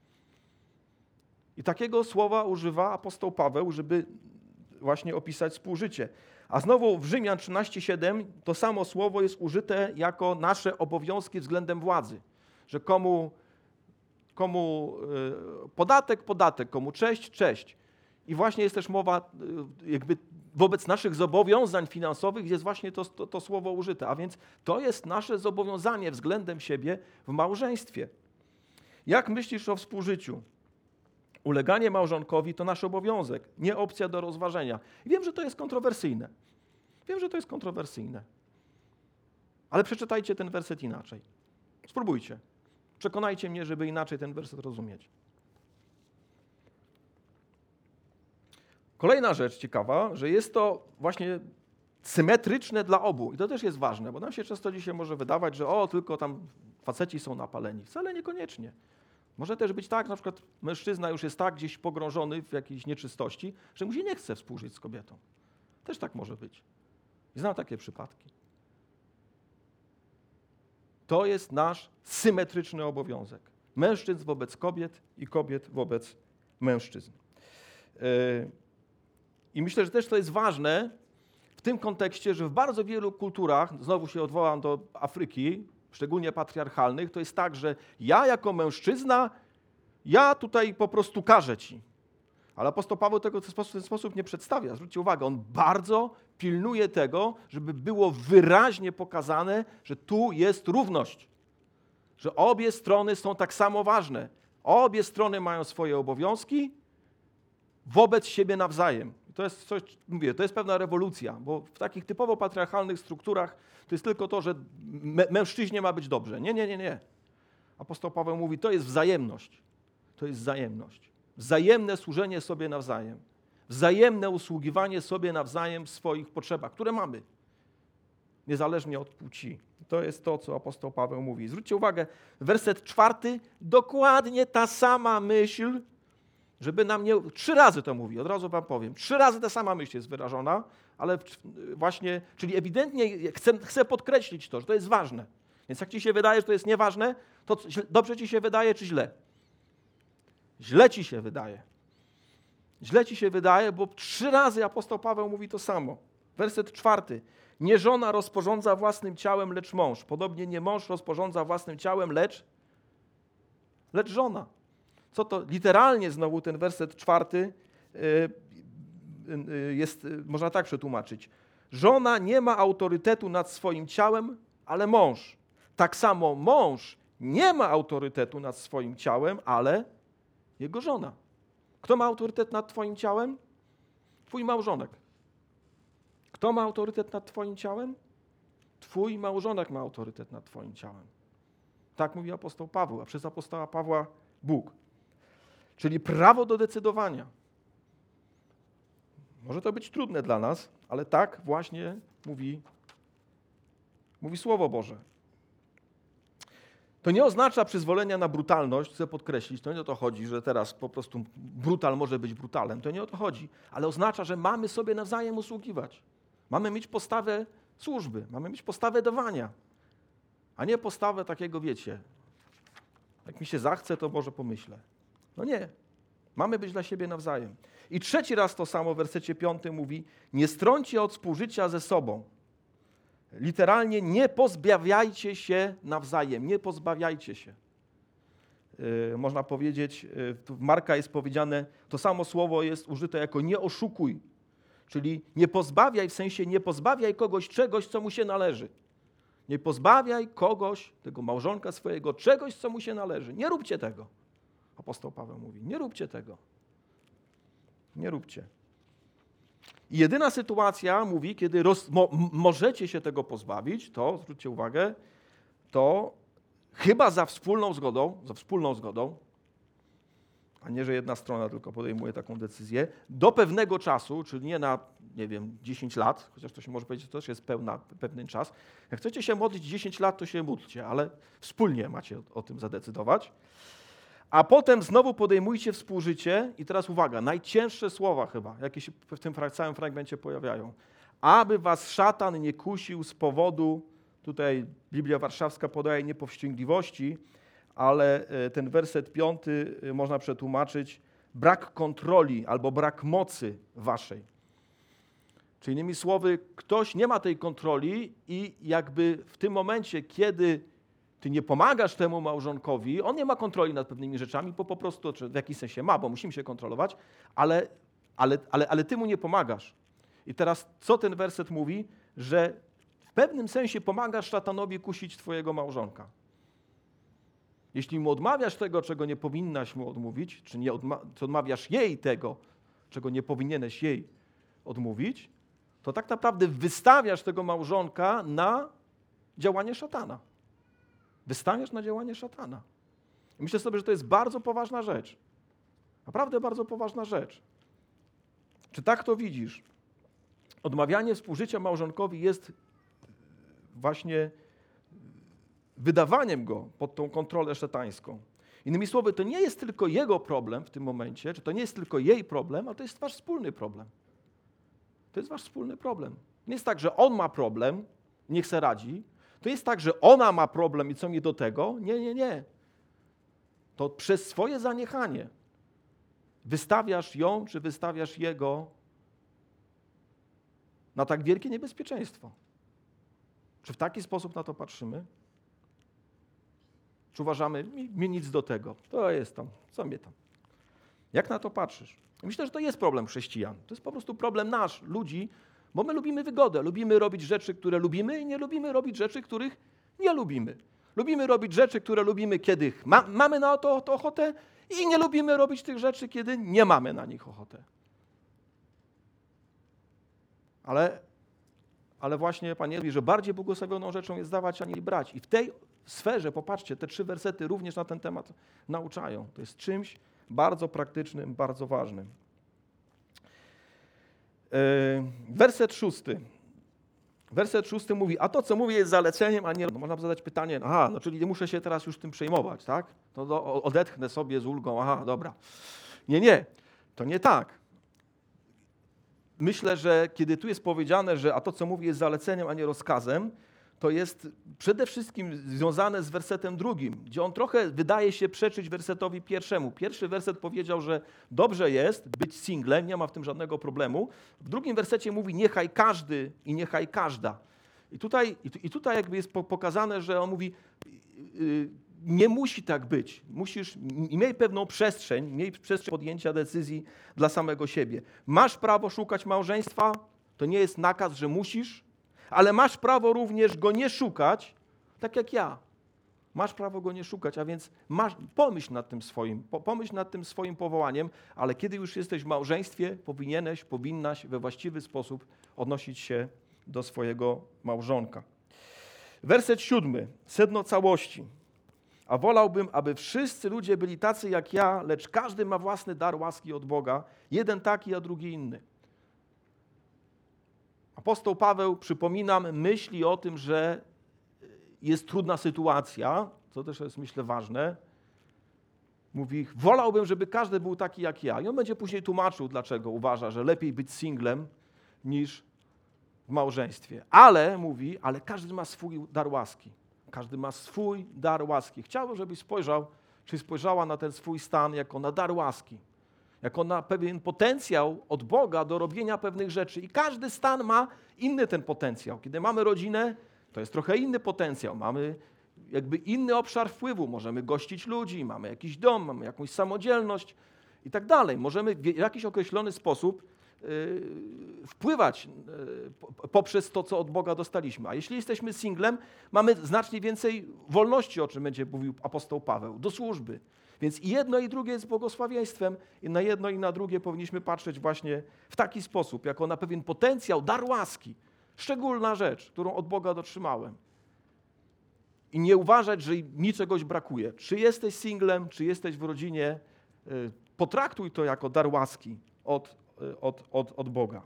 I takiego słowa używa apostoł Paweł, żeby właśnie opisać współżycie. A znowu w Rzymian trzynaście siedem to samo słowo jest użyte jako nasze obowiązki względem władzy. Że komu, komu podatek, podatek, komu cześć, cześć. I właśnie jest też mowa jakby wobec naszych zobowiązań finansowych jest właśnie to, to, to słowo użyte. A więc to jest nasze zobowiązanie względem siebie w małżeństwie. Jak myślisz o współżyciu? Uleganie małżonkowi to nasz obowiązek, nie opcja do rozważenia. I wiem, że to jest kontrowersyjne. Wiem, że to jest kontrowersyjne. Ale przeczytajcie ten werset inaczej. Spróbujcie. Przekonajcie mnie, żeby inaczej ten werset rozumieć. Kolejna rzecz ciekawa, że jest to właśnie symetryczne dla obu. I to też jest ważne, bo nam się często dzisiaj może wydawać, że o, tylko tam faceci są napaleni. Wcale niekoniecznie. Może też być tak, na przykład mężczyzna już jest tak gdzieś pogrążony w jakiejś nieczystości, że mu się nie chce współżyć z kobietą. Też tak może być. I znam takie przypadki. To jest nasz symetryczny obowiązek. Mężczyzn wobec kobiet i kobiet wobec mężczyzn. I myślę, że też to jest ważne w tym kontekście, że w bardzo wielu kulturach, znowu się odwołam do Afryki, szczególnie patriarchalnych, to jest tak, że ja jako mężczyzna, ja tutaj po prostu każę ci. Ale apostoł Paweł tego w ten sposób nie przedstawia. Zwróćcie uwagę, on bardzo pilnuje tego, żeby było wyraźnie pokazane, że tu jest równość. Że obie strony są tak samo ważne. Obie strony mają swoje obowiązki wobec siebie nawzajem. To jest coś, mówię, to jest pewna rewolucja, bo w takich typowo patriarchalnych strukturach to jest tylko to, że mężczyźnie ma być dobrze. Nie, nie, nie, nie. Apostoł Paweł mówi, to jest wzajemność. To jest wzajemność. Wzajemne służenie sobie nawzajem. Wzajemne usługiwanie sobie nawzajem w swoich potrzebach, które mamy. Niezależnie od płci. To jest to, co apostoł Paweł mówi. Zwróćcie uwagę, werset czwarty, dokładnie ta sama myśl, żeby nam nie... Trzy razy to mówi, od razu wam powiem. Trzy razy ta sama myśl jest wyrażona, ale właśnie, czyli ewidentnie chcę, chcę podkreślić to, że to jest ważne. Więc jak ci się wydaje, że to jest nieważne, to dobrze ci się wydaje, czy źle? Źle ci się wydaje. Źle ci się wydaje, bo trzy razy apostoł Paweł mówi to samo. Werset czwarty. Nie żona rozporządza własnym ciałem, lecz mąż. Podobnie nie mąż rozporządza własnym ciałem, lecz, lecz żona. Co to? Literalnie znowu ten werset czwarty jest, można tak przetłumaczyć. Żona nie ma autorytetu nad swoim ciałem, ale mąż. Tak samo mąż nie ma autorytetu nad swoim ciałem, ale jego żona. Kto ma autorytet nad twoim ciałem? Twój małżonek. Kto ma autorytet nad twoim ciałem? Twój małżonek ma autorytet nad twoim ciałem. Tak mówi apostoł Paweł, a przez apostoła Pawła Bóg. Czyli prawo do decydowania. Może to być trudne dla nas, ale tak właśnie mówi, mówi Słowo Boże. To nie oznacza przyzwolenia na brutalność, chcę podkreślić, to nie o to chodzi, że teraz po prostu brutal może być brutalem, to nie o to chodzi, ale oznacza, że mamy sobie nawzajem usługiwać. Mamy mieć postawę służby, mamy mieć postawę dawania, a nie postawę takiego, wiecie, jak mi się zachce, to może pomyślę. No nie, mamy być dla siebie nawzajem. I trzeci raz to samo w wersecie piątym mówi, nie strąćcie od współżycia ze sobą. Literalnie nie pozbawiajcie się nawzajem, nie pozbawiajcie się. Yy, można powiedzieć, yy, w Marka jest powiedziane, to samo słowo jest użyte jako nie oszukuj, czyli nie pozbawiaj, w sensie nie pozbawiaj kogoś czegoś, co mu się należy. Nie pozbawiaj kogoś, tego małżonka swojego, czegoś, co mu się należy. Nie róbcie tego. Apostoł Paweł mówi, nie róbcie tego. Nie róbcie. I jedyna sytuacja, mówi, kiedy roz, mo, możecie się tego pozbawić, to, zwróćcie uwagę, to chyba za wspólną zgodą, za wspólną zgodą, a nie, że jedna strona tylko podejmuje taką decyzję, do pewnego czasu, czyli nie na, nie wiem, dziesięć lat, chociaż to się może powiedzieć, że to też jest pełna, pewien czas. Jak chcecie się modlić dziesięć lat, to się módlcie, ale wspólnie macie o, o tym zadecydować. A potem znowu podejmujcie współżycie i teraz uwaga, najcięższe słowa chyba, jakie się w tym całym fragmencie pojawiają. Aby was szatan nie kusił z powodu, tutaj Biblia Warszawska podaje niepowściągliwości, ale ten werset piąty można przetłumaczyć brak kontroli albo brak mocy waszej. Czyli innymi słowy, ktoś nie ma tej kontroli i jakby w tym momencie, kiedy ty nie pomagasz temu małżonkowi, on nie ma kontroli nad pewnymi rzeczami, bo po prostu, czy w jakiś sensie ma, bo musimy się kontrolować, ale, ale, ale, ale ty mu nie pomagasz. I teraz co ten werset mówi? Że w pewnym sensie pomagasz szatanowi kusić twojego małżonka. Jeśli mu odmawiasz tego, czego nie powinnaś mu odmówić, czy nie odma- czy odmawiasz jej tego, czego nie powinieneś jej odmówić, to tak naprawdę wystawiasz tego małżonka na działanie szatana. Wystawiasz na działanie szatana. I myślę sobie, że to jest bardzo poważna rzecz. Naprawdę bardzo poważna rzecz. Czy tak to widzisz? Odmawianie współżycia małżonkowi jest właśnie wydawaniem go pod tą kontrolę szatańską. Innymi słowy, to nie jest tylko jego problem w tym momencie, czy to nie jest tylko jej problem, ale to jest wasz wspólny problem. To jest wasz wspólny problem. Nie jest tak, że on ma problem, niech se radzi. To jest tak, że ona ma problem i co mi do tego? Nie, nie, nie. To przez swoje zaniechanie wystawiasz ją, czy wystawiasz jego na tak wielkie niebezpieczeństwo. Czy w taki sposób na to patrzymy? Czy uważamy, mi, mi nic do tego, to jest tam, co mnie tam. Jak na to patrzysz? Myślę, że to jest problem chrześcijan. To jest po prostu problem nasz, ludzi, bo my lubimy wygodę, lubimy robić rzeczy, które lubimy i nie lubimy robić rzeczy, których nie lubimy. Lubimy robić rzeczy, które lubimy, kiedy ma, mamy na to, to ochotę i nie lubimy robić tych rzeczy, kiedy nie mamy na nich ochotę. Ale, ale właśnie Pan mówi, że bardziej błogosławioną rzeczą jest dawać, a nie brać. I w tej sferze, popatrzcie, te trzy wersety również na ten temat nauczają. To jest czymś bardzo praktycznym, bardzo ważnym. Werset szósty. Werset szósty mówi, a to, co mówię, jest zaleceniem, a nie... No można zadać pytanie, aha, no czyli nie muszę się teraz już tym przejmować, tak? To do, odetchnę sobie z ulgą, aha, dobra. Nie, nie, to nie tak. Myślę, że kiedy tu jest powiedziane, że a to, co mówi, jest zaleceniem, a nie rozkazem, to jest przede wszystkim związane z wersetem drugim, gdzie on trochę wydaje się przeczyć wersetowi pierwszemu. Pierwszy werset powiedział, że dobrze jest być singlem, nie ma w tym żadnego problemu. W drugim wersecie mówi niechaj każdy i niechaj każda. I tutaj, i tutaj jakby jest pokazane, że on mówi yy, nie musi tak być. Musisz, miej pewną przestrzeń, miej przestrzeń podjęcia decyzji dla samego siebie. Masz prawo szukać małżeństwa, to nie jest nakaz, że musisz, ale masz prawo również go nie szukać, tak jak ja. Masz prawo go nie szukać, a więc masz, pomyśl nad tym swoim, pomyśl nad tym swoim powołaniem, ale kiedy już jesteś w małżeństwie, powinieneś, powinnaś we właściwy sposób odnosić się do swojego małżonka. Werset siódmy, sedno całości. A wolałbym, aby wszyscy ludzie byli tacy jak ja, lecz każdy ma własny dar łaski od Boga, jeden taki, a drugi inny. Apostoł Paweł, przypominam, myśli o tym, że jest trudna sytuacja, co też jest, myślę, ważne. Mówi, wolałbym, żeby każdy był taki jak ja. I on będzie później tłumaczył, dlaczego uważa, że lepiej być singlem niż w małżeństwie. Ale, mówi, ale każdy ma swój dar łaski. Każdy ma swój dar łaski. Chciałbym, żebyś spojrzał, czy spojrzała na ten swój stan jako na dar łaski. Jako na pewien potencjał od Boga do robienia pewnych rzeczy. I każdy stan ma inny ten potencjał. Kiedy mamy rodzinę, to jest trochę inny potencjał. Mamy jakby inny obszar wpływu. Możemy gościć ludzi, mamy jakiś dom, mamy jakąś samodzielność i tak dalej. Możemy w jakiś określony sposób yy, wpływać yy, poprzez to, co od Boga dostaliśmy. A jeśli jesteśmy singlem, mamy znacznie więcej wolności, o czym będzie mówił apostoł Paweł, do służby. Więc i jedno, i drugie jest błogosławieństwem i na jedno i na drugie powinniśmy patrzeć właśnie w taki sposób, jako na pewien potencjał, dar łaski. Szczególna rzecz, którą od Boga dotrzymałem. i nie uważać, że mi czegoś brakuje. Czy jesteś singlem, czy jesteś w rodzinie, potraktuj to jako dar łaski od, od, od, od Boga.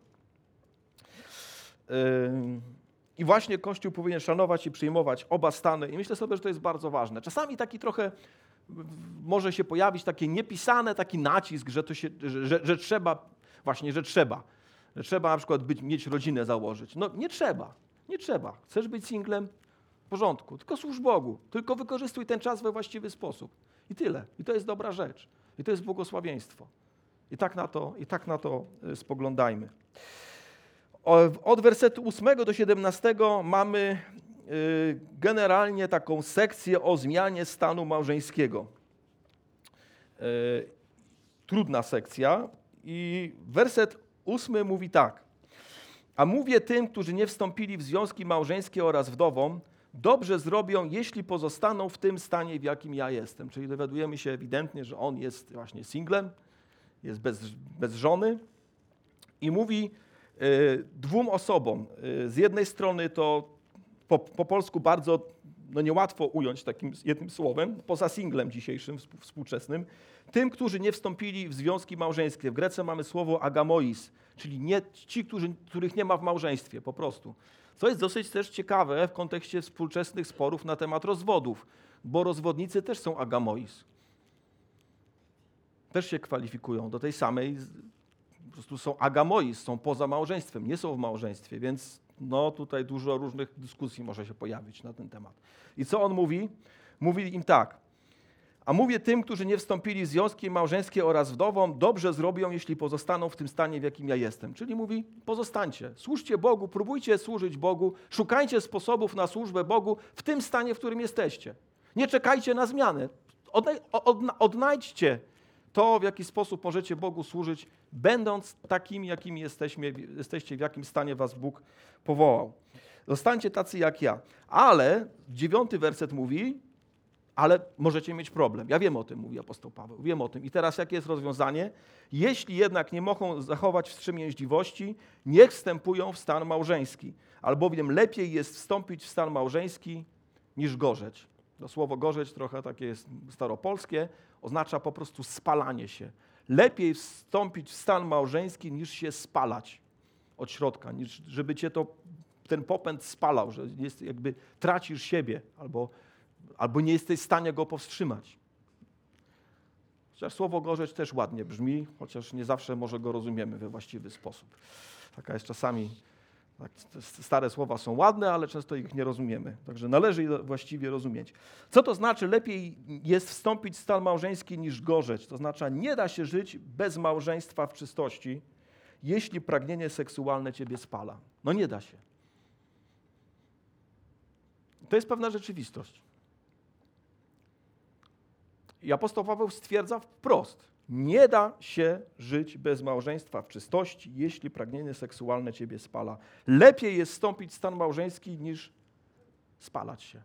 I właśnie Kościół powinien szanować i przyjmować oba stany i myślę sobie, że to jest bardzo ważne. Czasami taki trochę może się pojawić takie niepisane, taki nacisk, że, to się, że, że, że trzeba, właśnie, że trzeba. Że trzeba na przykład być, mieć rodzinę założyć. No nie trzeba, nie trzeba. Chcesz być singlem? W porządku, tylko służ Bogu, tylko wykorzystuj ten czas we właściwy sposób. I tyle. I to jest dobra rzecz. I to jest błogosławieństwo. I tak na to, i tak na to spoglądajmy. Od wersetu ósmego do siedemnastego mamy generalnie taką sekcję o zmianie stanu małżeńskiego. Trudna sekcja i werset ósmy mówi tak. A mówię tym, którzy nie wstąpili w związki małżeńskie oraz wdowom, dobrze zrobią, jeśli pozostaną w tym stanie, w jakim ja jestem. Czyli dowiadujemy się ewidentnie, że on jest właśnie singlem, jest bez, bez żony i mówi y, dwóm osobom. Y, z jednej strony to po, po polsku bardzo no niełatwo ująć takim jednym słowem, poza singlem dzisiejszym, współczesnym, tym, którzy nie wstąpili w związki małżeńskie. W Grece mamy słowo agamois, czyli nie ci, którzy, których nie ma w małżeństwie, po prostu. Co jest dosyć też ciekawe w kontekście współczesnych sporów na temat rozwodów, bo rozwodnicy też są agamois. Też się kwalifikują do tej samej, po prostu są agamois, są poza małżeństwem, nie są w małżeństwie, więc no tutaj dużo różnych dyskusji może się pojawić na ten temat. I co on mówi? Mówi im tak. A mówię tym, którzy nie wstąpili w związki małżeńskie oraz wdowom, dobrze zrobią, jeśli pozostaną w tym stanie, w jakim ja jestem. Czyli mówi, pozostańcie, służcie Bogu, próbujcie służyć Bogu, szukajcie sposobów na służbę Bogu w tym stanie, w którym jesteście. Nie czekajcie na zmianę. Odnajdźcie to, w jaki sposób możecie Bogu służyć, będąc takimi, jakimi jesteśmy, jesteście, w jakim stanie was Bóg powołał. Zostańcie tacy jak ja. Ale dziewiąty werset mówi, ale możecie mieć problem. Ja wiem o tym, mówi apostoł Paweł, wiem o tym. I teraz jakie jest rozwiązanie? Jeśli jednak nie mogą zachować wstrzemięźliwości, niech wstępują w stan małżeński. Albowiem lepiej jest wstąpić w stan małżeński niż gorzeć. To słowo gorzeć trochę takie jest staropolskie, oznacza po prostu spalanie się. Lepiej wstąpić w stan małżeński niż się spalać od środka, niż żeby cię to, ten popęd spalał, że jest, jakby tracisz siebie albo albo nie jesteś w stanie go powstrzymać. Chociaż słowo gorzeć też ładnie brzmi, chociaż nie zawsze może go rozumiemy we właściwy sposób. Taka jest czasami, tak, stare słowa są ładne, ale często ich nie rozumiemy. Także należy je właściwie rozumieć. Co to znaczy lepiej jest wstąpić w stan małżeński niż gorzeć? To znaczy nie da się żyć bez małżeństwa w czystości, jeśli pragnienie seksualne ciebie spala. No nie da się. To jest pewna rzeczywistość. I apostoł Paweł stwierdza wprost, nie da się żyć bez małżeństwa w czystości, jeśli pragnienie seksualne ciebie spala. Lepiej jest wstąpić w stan małżeński niż spalać się.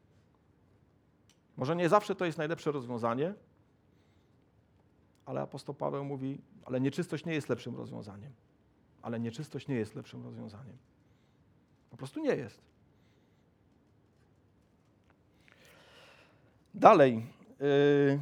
Może nie zawsze to jest najlepsze rozwiązanie, ale apostoł Paweł mówi, ale nieczystość nie jest lepszym rozwiązaniem. Ale nieczystość nie jest lepszym rozwiązaniem. Po prostu nie jest. Dalej. Yy,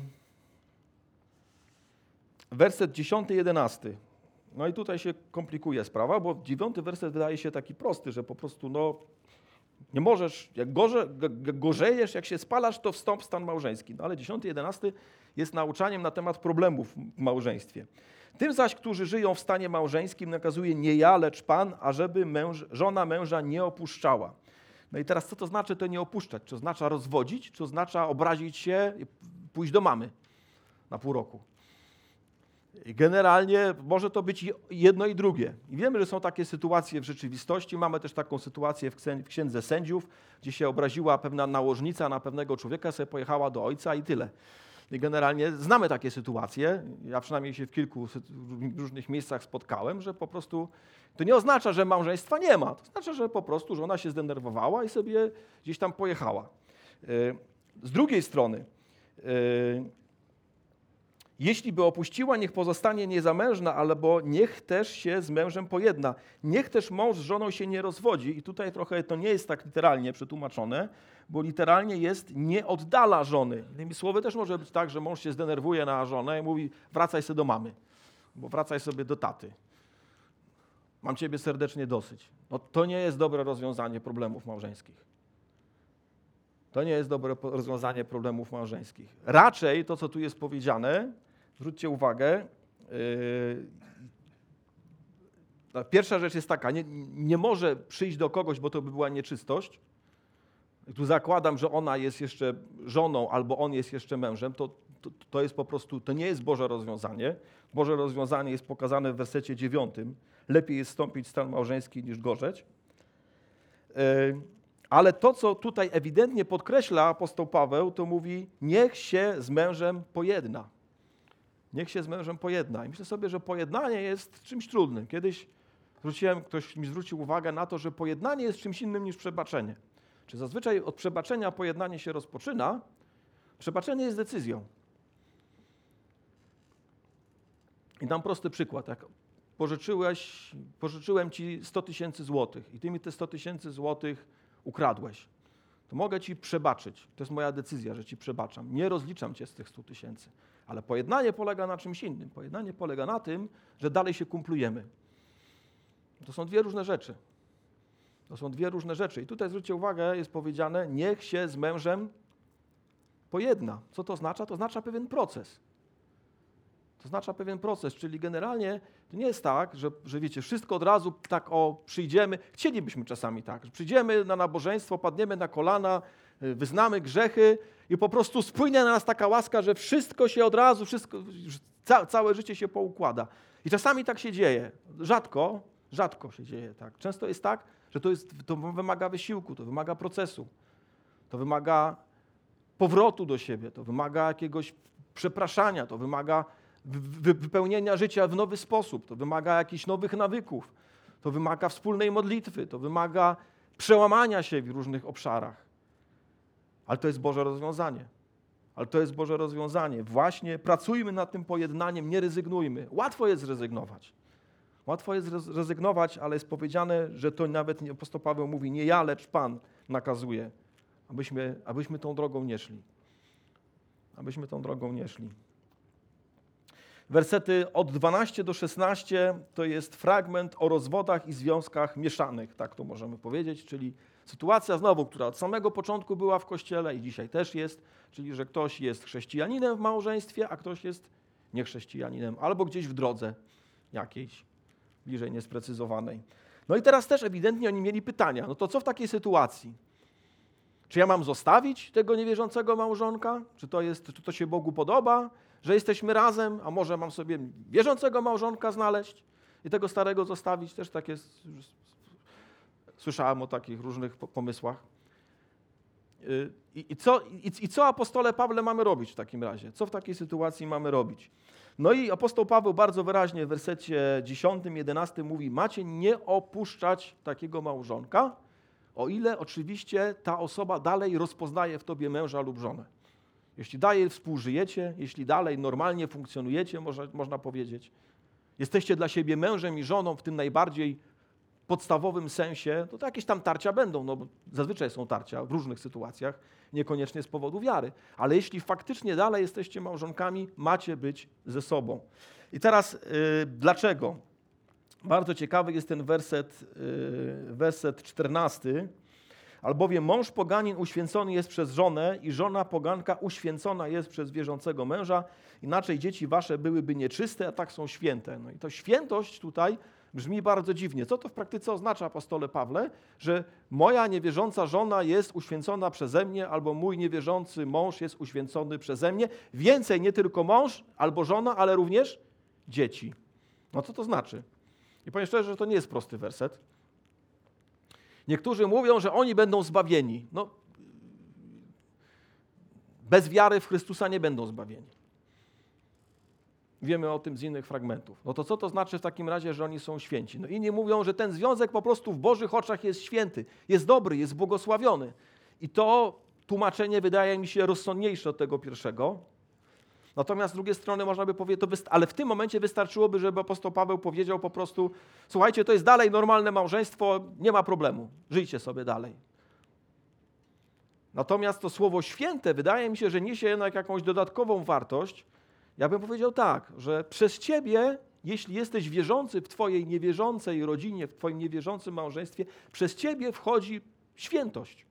werset dziesiąty, jedenasty. No i tutaj się komplikuje sprawa, bo dziewiąty werset wydaje się taki prosty, że po prostu no nie możesz, jak, gorze, jak gorzejesz, jak się spalasz, to wstąp w stan małżeński. No ale dziesiąty, jedenasty jest nauczaniem na temat problemów w małżeństwie. Tym zaś, którzy żyją w stanie małżeńskim, nakazuje nie ja, lecz Pan, ażeby męż, żona męża nie opuszczała. No i teraz co to znaczy to nie opuszczać? Czy oznacza rozwodzić? Czy oznacza obrazić się i pójść do mamy na pół roku? I generalnie może to być jedno i drugie. I wiemy, że są takie sytuacje w rzeczywistości. Mamy też taką sytuację w Księdze Sędziów, gdzie się obraziła pewna nałożnica na pewnego człowieka, sobie pojechała do ojca i tyle. I generalnie znamy takie sytuacje. Ja przynajmniej się w kilku różnych miejscach spotkałem, że po prostu to nie oznacza, że małżeństwa nie ma. To oznacza, że po prostu żona się zdenerwowała i sobie gdzieś tam pojechała. Z drugiej strony, Jeśli by opuściła, niech pozostanie niezamężna, albo niech też się z mężem pojedna. Niech też mąż z żoną się nie rozwodzi. I tutaj trochę to nie jest tak literalnie przetłumaczone, bo literalnie jest nie oddala żony. Innymi słowy też może być tak, że mąż się zdenerwuje na żonę i mówi wracaj sobie do mamy, bo wracaj sobie do taty. Mam ciebie serdecznie dosyć. No, to nie jest dobre rozwiązanie problemów małżeńskich. To nie jest dobre rozwiązanie problemów małżeńskich. Raczej to, co tu jest powiedziane, zwróćcie uwagę, yy, pierwsza rzecz jest taka, nie, nie może przyjść do kogoś, bo to by była nieczystość. Tu zakładam, że ona jest jeszcze żoną albo on jest jeszcze mężem, to, to, to jest po prostu, to nie jest Boże rozwiązanie. Boże rozwiązanie jest pokazane w wersecie dziewiątym. Lepiej jest wstąpić w stan małżeński niż gorzeć. Yy, Ale to, co tutaj ewidentnie podkreśla apostoł Paweł, to mówi, niech się z mężem pojedna. Niech się z mężem pojedna. I myślę sobie, że pojednanie jest czymś trudnym. Kiedyś zwróciłem, ktoś mi zwrócił uwagę na to, że pojednanie jest czymś innym niż przebaczenie. Czy zazwyczaj od przebaczenia pojednanie się rozpoczyna? Przebaczenie jest decyzją. I dam prosty przykład. Jak pożyczyłeś, pożyczyłem ci sto tysięcy złotych i ty mi te sto tysięcy złotych ukradłeś, to mogę ci przebaczyć. To jest moja decyzja, że ci przebaczam. Nie rozliczam cię z tych stu tysięcy. Ale pojednanie polega na czymś innym. Pojednanie polega na tym, że dalej się kumplujemy. To są dwie różne rzeczy. To są dwie różne rzeczy. I tutaj zwróćcie uwagę, jest powiedziane, niech się z mężem pojedna. Co to oznacza? To oznacza pewien proces. To oznacza pewien proces, czyli generalnie to nie jest tak, że, że wiecie, wszystko od razu tak o przyjdziemy, chcielibyśmy czasami tak, że przyjdziemy na nabożeństwo, padniemy na kolana, wyznamy grzechy i po prostu spłynie na nas taka łaska, że wszystko się od razu, wszystko, ca, całe życie się poukłada. I czasami tak się dzieje. Rzadko, rzadko się dzieje tak. Często jest tak, że to, jest, to wymaga wysiłku, to wymaga procesu, to wymaga powrotu do siebie, to wymaga jakiegoś przepraszania, to wymaga wypełnienia życia w nowy sposób, to wymaga jakichś nowych nawyków, to wymaga wspólnej modlitwy, to wymaga przełamania się w różnych obszarach. Ale to jest Boże rozwiązanie. Ale to jest Boże rozwiązanie. Właśnie pracujmy nad tym pojednaniem, nie rezygnujmy. Łatwo jest zrezygnować. Łatwo jest zrezygnować, ale jest powiedziane, że to nawet apostoł Paweł mówi, nie ja, lecz Pan nakazuje, abyśmy, abyśmy tą drogą nie szli. Abyśmy tą drogą nie szli. Wersety od dwunastego do szesnastego to jest fragment o rozwodach i związkach mieszanych, tak to możemy powiedzieć, czyli sytuacja znowu, która od samego początku była w Kościele i dzisiaj też jest, czyli że ktoś jest chrześcijaninem w małżeństwie, a ktoś jest niechrześcijaninem, albo gdzieś w drodze jakiejś, bliżej niesprecyzowanej. No i teraz też ewidentnie oni mieli pytania, no to co w takiej sytuacji? Czy ja mam zostawić tego niewierzącego małżonka? Czy to jest, czy to się Bogu podoba? Że jesteśmy razem, a może mam sobie wierzącego małżonka znaleźć i tego starego zostawić. Też takie, słyszałem o takich różnych pomysłach. I, i, co, i, I co apostole Pawle mamy robić w takim razie? Co w takiej sytuacji mamy robić? No i apostoł Paweł bardzo wyraźnie w wersecie dziesiątym, jedenastym mówi, macie nie opuszczać takiego małżonka, o ile oczywiście ta osoba dalej rozpoznaje w tobie męża lub żonę. Jeśli dalej współżyjecie, jeśli dalej normalnie funkcjonujecie, można, można powiedzieć, jesteście dla siebie mężem i żoną w tym najbardziej podstawowym sensie, to, to jakieś tam tarcia będą, no bo zazwyczaj są tarcia w różnych sytuacjach, niekoniecznie z powodu wiary. Ale jeśli faktycznie dalej jesteście małżonkami, macie być ze sobą. I teraz yy, dlaczego? Bardzo ciekawy jest ten werset, yy, werset czternasty. Albowiem mąż poganin uświęcony jest przez żonę i żona poganka uświęcona jest przez wierzącego męża. Inaczej dzieci wasze byłyby nieczyste, a tak są święte. No i to świętość tutaj brzmi bardzo dziwnie. Co to w praktyce oznacza, apostole Pawle? Że moja niewierząca żona jest uświęcona przeze mnie, albo mój niewierzący mąż jest uświęcony przeze mnie. Więcej, nie tylko mąż albo żona, ale również dzieci. No co to znaczy? I powiem szczerze, że to nie jest prosty werset. Niektórzy mówią, że oni będą zbawieni. No, bez wiary w Chrystusa nie będą zbawieni. Wiemy o tym z innych fragmentów. No to co to znaczy w takim razie, że oni są święci? No inni mówią, że ten związek po prostu w Bożych oczach jest święty, jest dobry, jest błogosławiony. I to tłumaczenie wydaje mi się rozsądniejsze od tego pierwszego. Natomiast z drugiej strony można by powiedzieć, to wyst- ale w tym momencie wystarczyłoby, żeby apostoł Paweł powiedział po prostu, słuchajcie, to jest dalej normalne małżeństwo, nie ma problemu, żyjcie sobie dalej. Natomiast to Słowo Święte wydaje mi się, że niesie jednak jakąś dodatkową wartość. Ja bym powiedział tak, że przez ciebie, jeśli jesteś wierzący w twojej niewierzącej rodzinie, w twoim niewierzącym małżeństwie, przez ciebie wchodzi świętość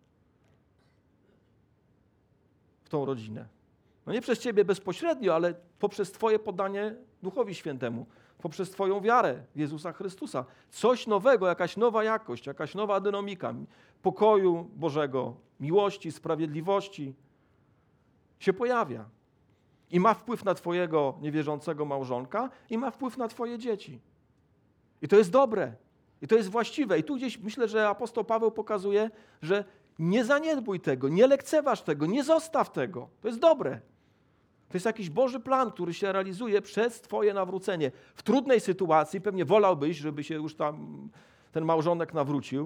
w tą rodzinę. No nie przez ciebie bezpośrednio, ale poprzez twoje poddanie Duchowi Świętemu, poprzez twoją wiarę w Jezusa Chrystusa. Coś nowego, jakaś nowa jakość, jakaś nowa dynamika pokoju Bożego, miłości, sprawiedliwości się pojawia. I ma wpływ na twojego niewierzącego małżonka i ma wpływ na twoje dzieci. I to jest dobre. I to jest właściwe. I tu gdzieś myślę, że apostoł Paweł pokazuje, że nie zaniedbuj tego, nie lekceważ tego, nie zostaw tego. To jest dobre. To jest jakiś Boży plan, który się realizuje przez twoje nawrócenie. W trudnej sytuacji pewnie wolałbyś, żeby się już tam ten małżonek nawrócił.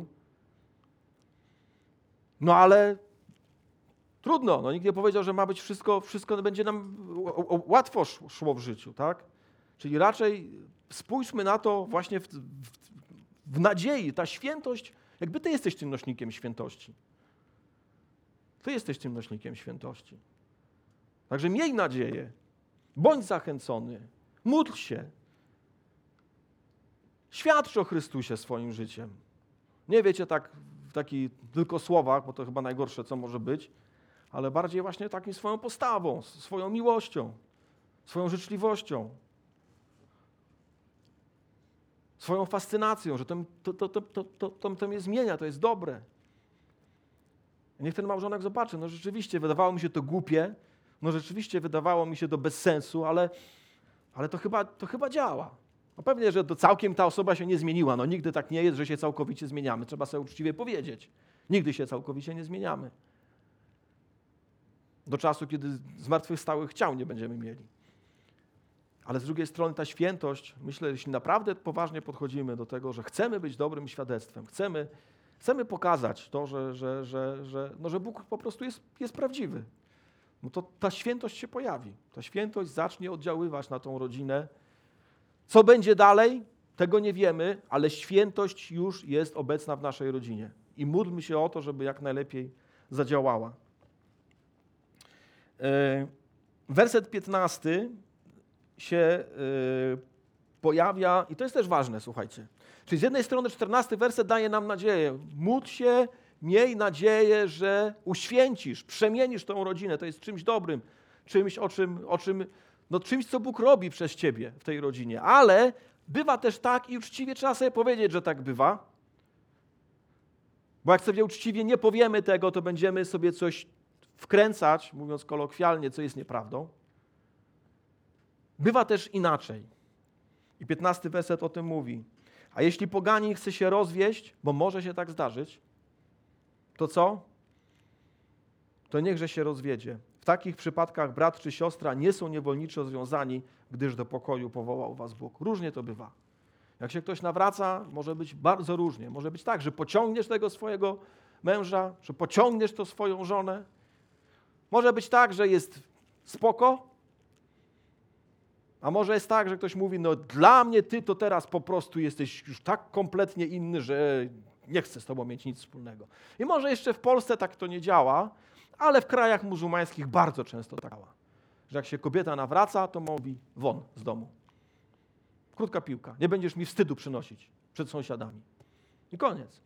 No ale trudno. No, nikt nie powiedział, że ma być wszystko, wszystko będzie nam łatwo szło w życiu, tak? Czyli raczej spójrzmy na to właśnie w, w, w nadziei. Ta świętość, jakby ty jesteś tym nośnikiem świętości. Ty jesteś tym nośnikiem świętości. Także miej nadzieję, bądź zachęcony, módl się, świadcz o Chrystusie swoim życiem. Nie wiecie tak w takich tylko słowach, bo to chyba najgorsze, co może być, ale bardziej właśnie taką swoją postawą, swoją miłością, swoją życzliwością, swoją fascynacją, że to, to, to, to, to, to, to, to mnie zmienia, to jest dobre. Niech ten małżonek zobaczy, no rzeczywiście wydawało mi się to głupie, no rzeczywiście wydawało mi się to bez sensu, ale, ale to, chyba, to chyba działa. No pewnie, że to całkiem ta osoba się nie zmieniła. No nigdy tak nie jest, że się całkowicie zmieniamy. Trzeba sobie uczciwie powiedzieć. Nigdy się całkowicie nie zmieniamy. Do czasu, kiedy zmartwychwstałych ciał nie będziemy mieli. Ale z drugiej strony ta świętość, myślę, jeśli naprawdę poważnie podchodzimy do tego, że chcemy być dobrym świadectwem, chcemy, chcemy pokazać to, że, że, że, że, no, że Bóg po prostu jest, jest prawdziwy, no to ta świętość się pojawi. Ta świętość zacznie oddziaływać na tą rodzinę. Co będzie dalej, tego nie wiemy, ale świętość już jest obecna w naszej rodzinie. I módlmy się o to, żeby jak najlepiej zadziałała. Werset piętnasty się pojawia, i to jest też ważne, słuchajcie. Czyli z jednej strony czternasty werset daje nam nadzieję. Módl się, miej nadzieję, że uświęcisz, przemienisz tą rodzinę. To jest czymś dobrym, czymś, o czym, o czym, no czymś, co Bóg robi przez ciebie w tej rodzinie. Ale bywa też tak i uczciwie trzeba sobie powiedzieć, że tak bywa. Bo jak sobie uczciwie nie powiemy tego, to będziemy sobie coś wkręcać, mówiąc kolokwialnie, co jest nieprawdą. Bywa też inaczej. I piętnasty werset o tym mówi. A jeśli poganin chce się rozwieść, bo może się tak zdarzyć, to co? To niechże się rozwiedzie. W takich przypadkach brat czy siostra nie są niewolniczo związani, gdyż do pokoju powołał was Bóg. Różnie to bywa. Jak się ktoś nawraca, może być bardzo różnie. Może być tak, że pociągniesz tego swojego męża, że pociągniesz to swoją żonę. Może być tak, że jest spoko, a może jest tak, że ktoś mówi, no dla mnie ty to teraz po prostu jesteś już tak kompletnie inny, że nie chcę z tobą mieć nic wspólnego. I może jeszcze w Polsce tak to nie działa, ale w krajach muzułmańskich bardzo często tak działa. Że jak się kobieta nawraca, to mówi won z domu. Krótka piłka. Nie będziesz mi wstydu przynosić przed sąsiadami. I koniec.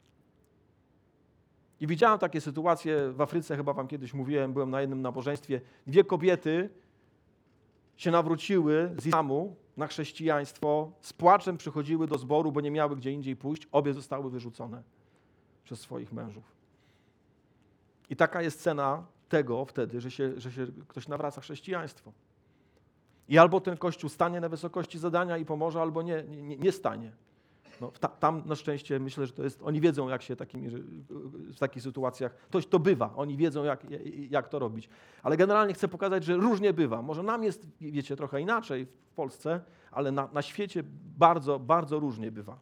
I widziałem takie sytuacje w Afryce, chyba wam kiedyś mówiłem, byłem na jednym nabożeństwie. Dwie kobiety się nawróciły z islamu na chrześcijaństwo, z płaczem przychodziły do zboru, bo nie miały gdzie indziej pójść. Obie zostały wyrzucone przez swoich mężów. I taka jest cena tego wtedy, że się, że się ktoś nawraca chrześcijaństwo. I albo ten Kościół stanie na wysokości zadania i pomoże, albo nie, nie, nie stanie. No, ta, tam na szczęście myślę, że to jest, oni wiedzą, jak się takimi, w takich sytuacjach, to, to bywa, oni wiedzą, jak, jak to robić. Ale generalnie chcę pokazać, że różnie bywa. Może nam jest, wiecie, trochę inaczej w Polsce, ale na, na świecie bardzo, bardzo różnie bywa.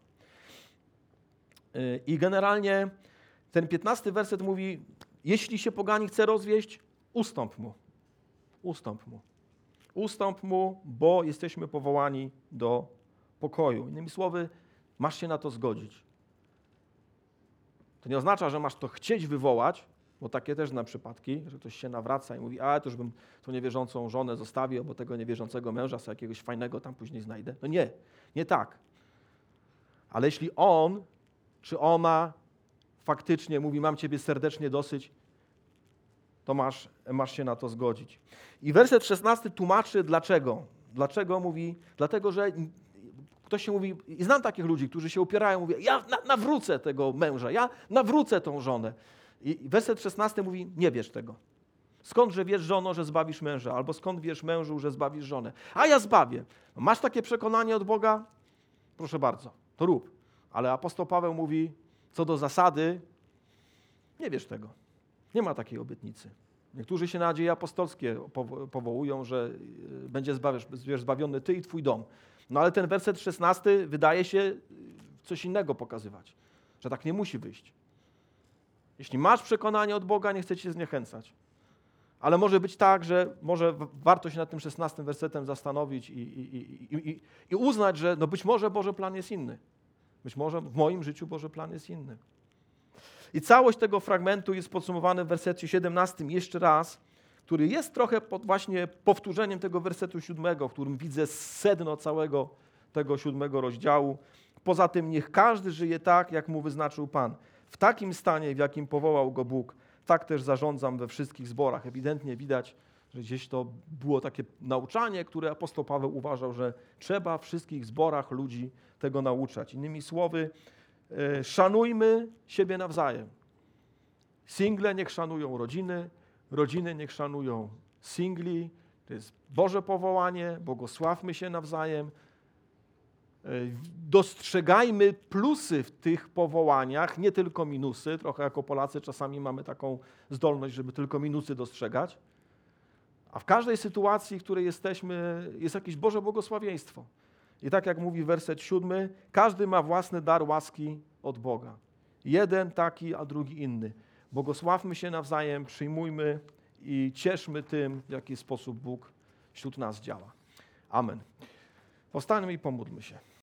I generalnie ten piętnasty werset mówi, jeśli się poganin chce rozwieść, ustąp mu. Ustąp mu. Ustąp mu, bo jesteśmy powołani do pokoju. Innymi słowy, masz się na to zgodzić. To nie oznacza, że masz to chcieć wywołać, bo takie też na przypadki, że ktoś się nawraca i mówi, a to już bym tą niewierzącą żonę zostawił, bo tego niewierzącego męża sobie jakiegoś fajnego tam później znajdę. No nie, nie tak. Ale jeśli on czy ona faktycznie mówi, mam ciebie serdecznie dosyć, to masz, masz się na to zgodzić. I werset szesnasty tłumaczy dlaczego. Dlaczego mówi? Dlatego, że ktoś się mówi, i znam takich ludzi, którzy się upierają, mówią, ja na, nawrócę tego męża, ja nawrócę tą żonę. I werset szesnasty mówi, nie wiesz tego. Skądże wiesz, żono, że zbawisz męża? Albo skąd wiesz, mężu, że zbawisz żonę? A ja zbawię. Masz takie przekonanie od Boga? Proszę bardzo, to rób. Ale apostoł Paweł mówi, co do zasady, nie wiesz tego. Nie ma takiej obietnicy. Niektórzy się na dzieje apostolskie powołują, że będzie zbawiony ty i twój dom. No ale ten werset szesnasty wydaje się coś innego pokazywać, że tak nie musi wyjść. Jeśli masz przekonanie od Boga, nie chcę cię zniechęcać. Ale może być tak, że może warto się nad tym szesnastym wersetem zastanowić i, i, i, i, i uznać, że no być może Boży plan jest inny. Być może w moim życiu Boży plan jest inny. I całość tego fragmentu jest podsumowana w wersecie siedemnastym jeszcze raz, który jest trochę pod właśnie powtórzeniem tego wersetu siódmego, w którym widzę sedno całego tego siódmego rozdziału. Poza tym niech każdy żyje tak, jak mu wyznaczył Pan. W takim stanie, w jakim powołał go Bóg, tak też zarządzam we wszystkich zborach. Ewidentnie widać, że gdzieś to było takie nauczanie, które apostoł Paweł uważał, że trzeba w wszystkich zborach ludzi tego nauczać. Innymi słowy, szanujmy siebie nawzajem. Single niech szanują rodziny, rodziny niech szanują singli. To jest Boże powołanie, błogosławmy się nawzajem. Dostrzegajmy plusy w tych powołaniach, nie tylko minusy. Trochę jako Polacy czasami mamy taką zdolność, żeby tylko minusy dostrzegać. A w każdej sytuacji, w której jesteśmy, jest jakieś Boże błogosławieństwo. I tak jak mówi werset siódmy, każdy ma własny dar łaski od Boga. Jeden taki, a drugi inny. Błogosławmy się nawzajem, przyjmujmy i cieszmy tym, w jaki sposób Bóg wśród nas działa. Amen. Powstańmy i pomódlmy się.